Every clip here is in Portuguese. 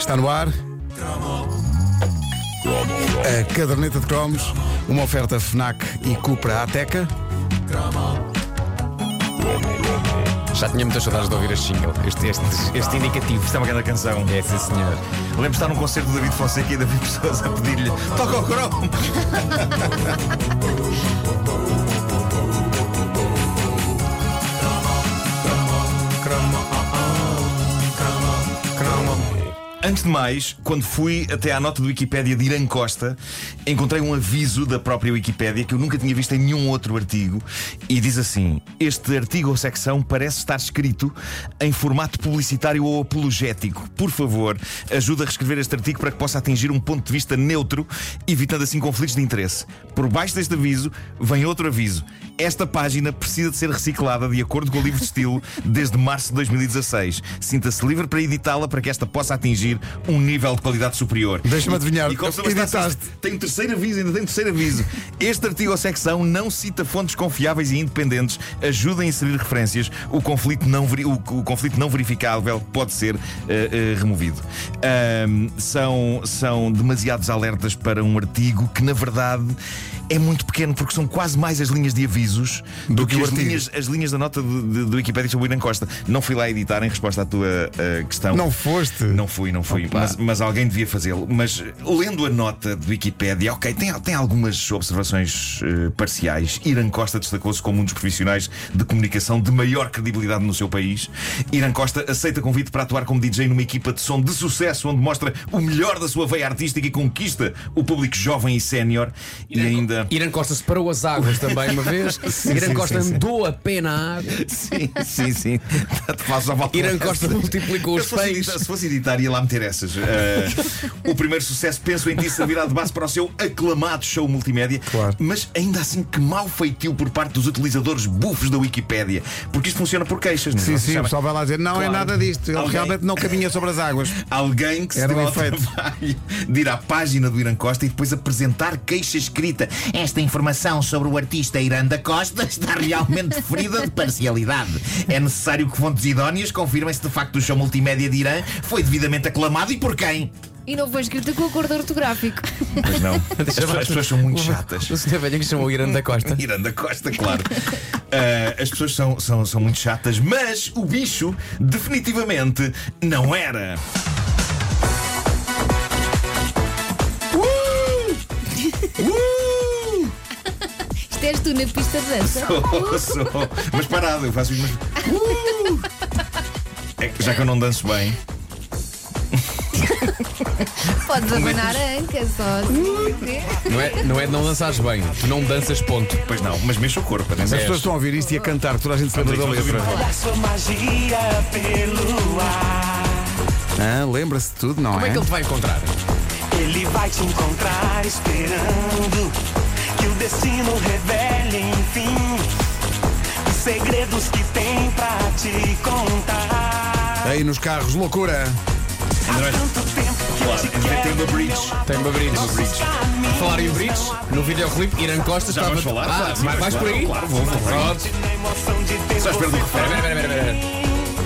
Está no ar. A caderneta de cromos, uma oferta FNAC e Cupra Ateca. Já tinha muitas saudades de ouvir este jingle, este indicativo. Isto é uma grande canção. É, sim, senhor. Lembro de estar num concerto do David Fonseca e David Pessoas a pedir-lhe: toca o cromo! Antes de mais, quando fui até à nota do Wikipédia de Irã Costa, encontrei um aviso da própria Wikipédia que eu nunca tinha visto em nenhum outro artigo. E diz assim: este artigo ou secção parece estar escrito em formato publicitário ou apologético. Por favor, ajuda a reescrever este artigo para que possa atingir um ponto de vista neutro, evitando assim conflitos de interesse. Por baixo deste aviso vem outro aviso: esta página precisa de ser reciclada de acordo com o livro de estilo desde março de 2016. Sinta-se livre para editá-la para que esta possa atingir um nível de qualidade superior. Deixa-me adivinhar, e como se editaste. Tem terceiro aviso, ainda tem terceiro aviso. Este artigo ou secção não cita fontes confiáveis e independentes. Ajuda a inserir referências. O conflito não verificável pode ser removido. São demasiados alertas para um artigo que, na verdade, é muito pequeno, porque são quase mais as linhas de avisos do que as linhas da nota do Wikipédia sobre o Irã Costa. Não fui lá editar em resposta à tua questão. Não foste? Não fui. Mas alguém devia fazê-lo. Mas lendo a nota do Wikipédia, ok, tem algumas observações parciais. Irã Costa destacou-se como um dos profissionais de comunicação de maior credibilidade no seu país. Irã Costa aceita convite para atuar como DJ numa equipa de som de sucesso, onde mostra o melhor da sua veia artística e conquista o público jovem e sénior. E ainda Irã Costa separou as águas também uma vez. Irã Costa andou a pé na água. Sim. Irã Costa multiplicou os peixes. Se fosse editar, ia lá meter essas. O primeiro sucesso, Penso em Ti, servirá de base para o seu aclamado show multimédia. Claro. Mas ainda assim, que mau feitio por parte dos utilizadores bufos da Wikipédia. Porque isto funciona por queixas, não é? Sim, o pessoal vai lá dizer: não Claro. é nada disto. Ele realmente não caminha sobre as águas. Alguém que se deu ao trabalho de ir à página do Irã Costa e depois apresentar queixa escrita. Esta informação sobre o artista Irã da Costa está realmente ferida de parcialidade. É necessário que fontes idóneas confirmem se de facto o show multimédia de Irã foi devidamente aclamado e por quem. E não foi escrita com acordo ortográfico. Pois não. As pessoas são muito chatas. O senhor velho que chamou Irã da Costa. Irã da Costa, claro. As pessoas são muito chatas, mas o bicho definitivamente não era. Isto és tu na pista de dança. Sou. Mas parado, eu faço os meus. É que já que eu não danço bem. Podes abanar a anca só. Não é de não dançares bem, tu não danças, ponto. Pois não, mas mexe o corpo. As pessoas estão a ouvir isto e a cantar, toda a gente se lembra da letra. Sua magia pelo ar. Lembra-se de tudo, não Como é que ele te vai encontrar? Ele vai te encontrar esperando que o destino revele, enfim, os segredos que tem pra te contar. Aí nos carros, loucura. Há tanto tempo que Claro, eu te quero. tem uma bridge. Tem uma bridge. Falar em bridge, no videoclipe, Irã Costa Já estava. vamos falar? Claro, sim, vais por aí? Claro, vou. Pronto. Na emoção de ter Só à espera do você. refrão. Espera.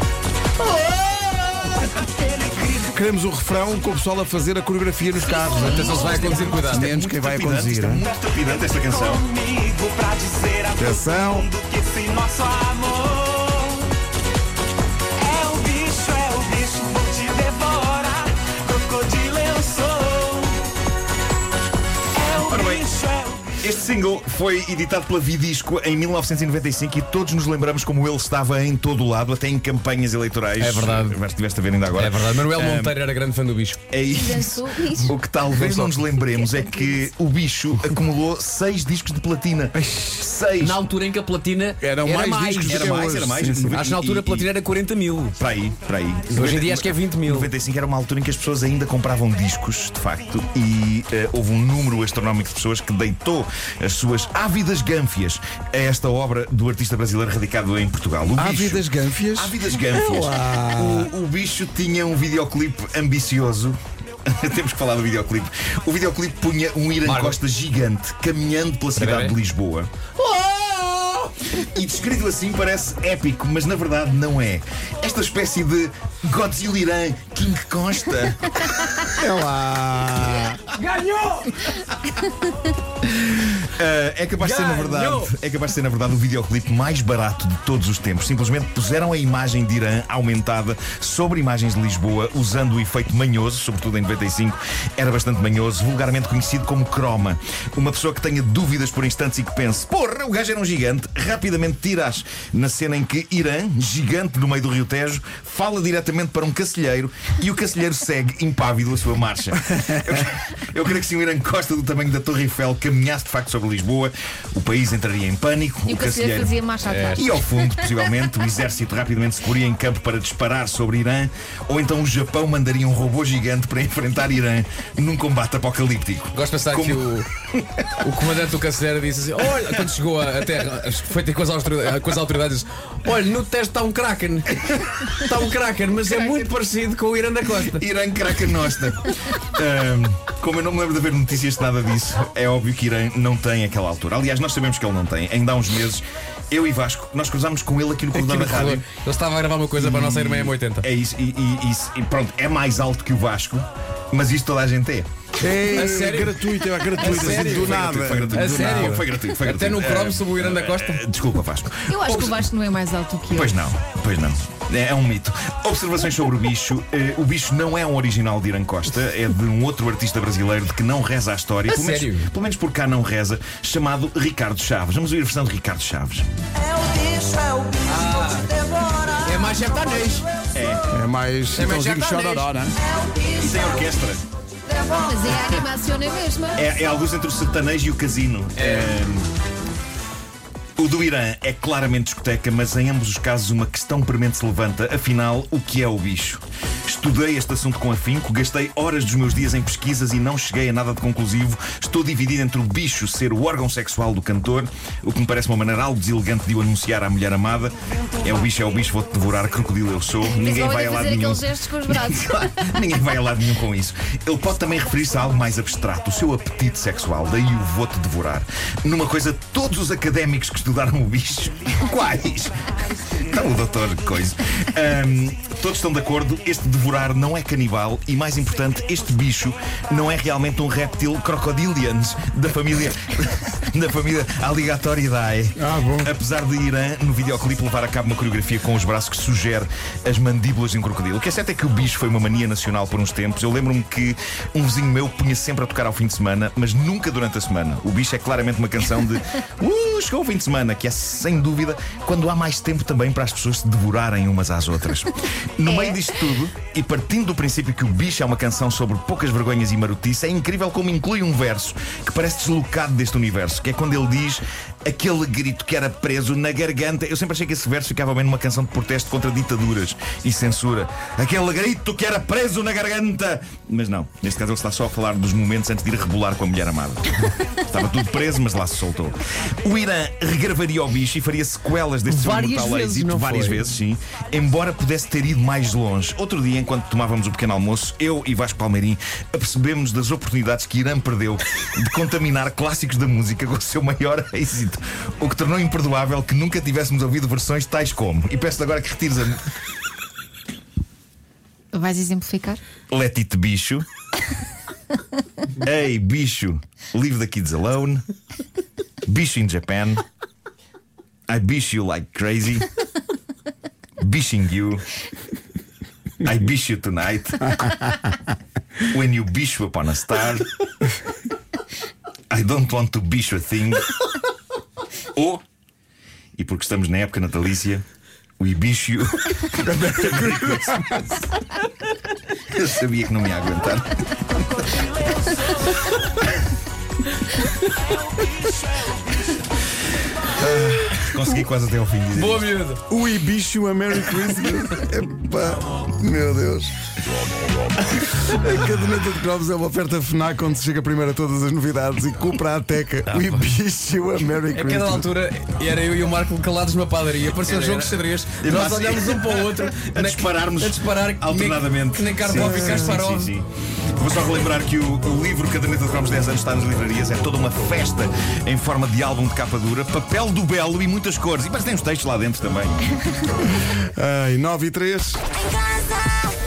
Queremos o refrão com o pessoal a fazer a coreografia nos carros. Atenção, se vai a conduzir, cuidado. Menos quem vai a conduzir. Isto é muito trepidante esta canção. Comigo pra dizer a todo Atenção. mundo que esse nosso amor é o bicho, vou te devorar. Crocodilo eu sou. É o Ora bem. bicho, é o Este single foi editado pela Vidisco em 1995 e todos nos lembramos como ele estava em todo o lado, até em campanhas eleitorais. É verdade. Estiveste a ver ainda agora. É verdade, Manuel Monteiro era grande fã do bicho. É isso. Dançou isso. O que talvez não nos lembremos é que o bicho acumulou 6 discos de platina. 6. Na altura em que a platina Eram mais discos do que hoje. Era mais. Sim, sim. Acho que na altura a platina era 40 mil. Para aí. Hoje em dia acho que é 20 mil. 95 era uma altura em que as pessoas ainda compravam discos, de facto, e houve um número astronómico de pessoas que deitou as suas ávidas gânfias a esta obra do artista brasileiro radicado em Portugal. O Ávidas gânfias? Ávidas gânfias. O bicho tinha um videoclipe ambicioso. Temos que falar do videoclipe. O videoclipe punha um Irã Costa gigante caminhando pela cidade de Lisboa. E descrito assim parece épico, mas na verdade não é. Esta espécie de Godzilla Irã King Costa É lá. é capaz de ser na verdade o videoclipe mais barato de todos os tempos. Simplesmente puseram a imagem de Irã aumentada sobre imagens de Lisboa, usando o efeito manhoso, sobretudo em 95, era bastante manhoso, vulgarmente conhecido como croma. Uma pessoa que tenha dúvidas por instantes e que pense, porra, o gajo era um gigante, rapidamente tiras na cena em que Irã, gigante no meio do Rio Tejo, fala diretamente para um cacilheiro e o cacilheiro segue impávido a sua marcha. Eu creio que se o Irã Costa do tamanho da Torre Eiffel caminhasse de facto sobre Lisboa, o país entraria em pânico. E o cacilheiro fazia marcha atrás. E ao fundo, possivelmente, o exército rapidamente se poria em campo para disparar sobre Irã, ou então o Japão mandaria um robô gigante para enfrentar Irã num combate apocalíptico. Gosto de pensar que o comandante do Cacilheiro disse assim: olha, quando chegou à terra, foi ter com as autoridades, disse: olha, no teste está um Kraken. Está um Kraken, mas é muito parecido com o Irã da Costa. Irã Kraken Nosta. Como eu não me lembro de haver notícias de nada disso, é óbvio que Irã não tem aquela altura. Aliás, nós sabemos que ele não tem. Ainda há uns meses, eu e Vasco, nós cruzámos com ele aqui no corredor da rádio. Ele estava a gravar uma coisa para a nossa irmã M80. É isso, e pronto, é mais alto que o Vasco, mas isto toda a gente é. É gratuito, é gratuito, assim, do nada. Foi gratuito. A sério? Foi gratuito. Até no cromo sobre o Irã da Costa. Desculpa, Vasco. Eu acho que o Vasco não é mais alto que eu. Pois não. É um mito. Observações sobre o bicho. O bicho não é um original de Irã Costa, é de um outro artista brasileiro de que não reza a história. Pelo menos por cá não reza, chamado Ricardo Chaves. Vamos ouvir a versão de Ricardo Chaves. É mais sertanejo. É mais Chitãozinho Chororó, né? E tem orquestra. Mas é a animação mesmo. É a luz entre o sertanejo e o casino. O do Irã é claramente discoteca, mas em ambos os casos uma questão premente se levanta. Afinal, o que é o bicho? Estudei este assunto com afinco, gastei horas dos meus dias em pesquisas e não cheguei a nada de conclusivo. Estou dividido entre o bicho ser o órgão sexual do cantor, o que me parece uma maneira algo deselegante de o anunciar à mulher amada. É o bicho, vou-te devorar, crocodilo eu sou. Ninguém vai a lado nenhum. Aqueles gestos com os braços. Ninguém vai a lado nenhum com isso. Ele pode também referir-se a algo mais abstrato, o seu apetite sexual, daí o vou-te devorar. Numa coisa, todos os académicos que estudaram o bicho, quais? Então, o doutor Coisa. Todos estão de acordo, este devorar não é canibal e, mais importante, este bicho não é realmente um réptil crocodilians da família Alligatoridae. Bom. Apesar de Irã, no videoclipe, levar a cabo uma coreografia com os braços que sugere as mandíbulas de um crocodilo. O que é certo é que o bicho foi uma mania nacional por uns tempos. Eu lembro-me que um vizinho meu punha sempre a tocar ao fim de semana, mas nunca durante a semana. O bicho é claramente uma canção de chegou o fim de semana, que é sem dúvida quando há mais tempo também para as pessoas se devorarem umas às outras. No meio disto tudo, e partindo do princípio que o bicho é uma canção sobre poucas vergonhas e marotice, é incrível como inclui um verso que parece deslocado deste universo, que é quando ele diz aquele grito que era preso na garganta. Eu sempre achei que esse verso ficava bem numa canção de protesto contra ditaduras e censura. Aquele grito que era preso na garganta. Mas não, neste caso ele está só a falar dos momentos antes de ir rebolar com a mulher amada. Estava tudo preso, mas lá se soltou. O Irã regravaria o bicho e faria sequelas deste seu mortal êxito várias vezes, sim, embora pudesse ter ido mais longe. Outro dia, enquanto tomávamos o pequeno almoço, eu e Vasco Palmeirim apercebemos das oportunidades que Irã perdeu de contaminar clássicos da música com o seu maior êxito, o que tornou imperdoável que nunca tivéssemos ouvido versões tais como, e peço-te agora que retires a... Vais exemplificar? Let It Bicho. Hey bicho, leave the kids alone. Bicho in Japan. I bish you like crazy. Bishing you. I bish you tonight. When you bish upon a star. I don't want to bish a thing. Ou, e porque estamos na época natalícia, we bish you. Eu sabia que não me ia aguentar. Consegui quase até ao fim de Boa, miúdo. Ui, bicho, a Merry Christmas. Epá, meu Deus. A caderneta de cromos é uma oferta FNAC onde se chega primeiro a todas as novidades e compra a teca. Ui, bicho, a Merry A Christmas. cada altura era eu e o Marco calados numa padaria. Apareceu um jogo de xadrez. Nós olhámos um para o outro a disparar alternadamente. Que nem Karpov e Kasparov. Sim. Vou só relembrar que o livro Caderneta de Cromos 10 anos está nas livrarias. É toda uma festa em forma de álbum de capa dura, papel do belo e muitas cores. E parece que tem uns textos lá dentro também. Ai, 9 e 3. Em casa.